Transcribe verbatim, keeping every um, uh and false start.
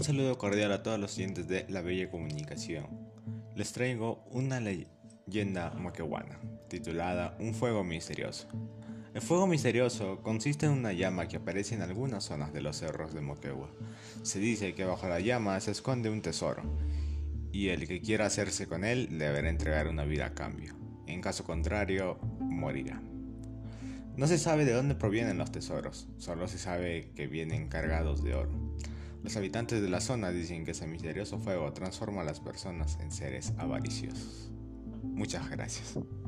saludo cordial a todos los oyentes de La Bella Comunicación. Les traigo una leyenda moquegüana titulada Un fuego misterioso. El fuego misterioso consiste en una llama que aparece en algunas zonas de los cerros de Moquegua. Se dice que bajo la llama se esconde un tesoro y el que quiera hacerse con él deberá entregar una vida a cambio. En caso contrario, morirá. No se sabe de dónde provienen los tesoros, solo se sabe que vienen cargados de oro. Los habitantes de la zona dicen que ese misterioso fuego transforma a las personas en seres avariciosos. Muchas gracias.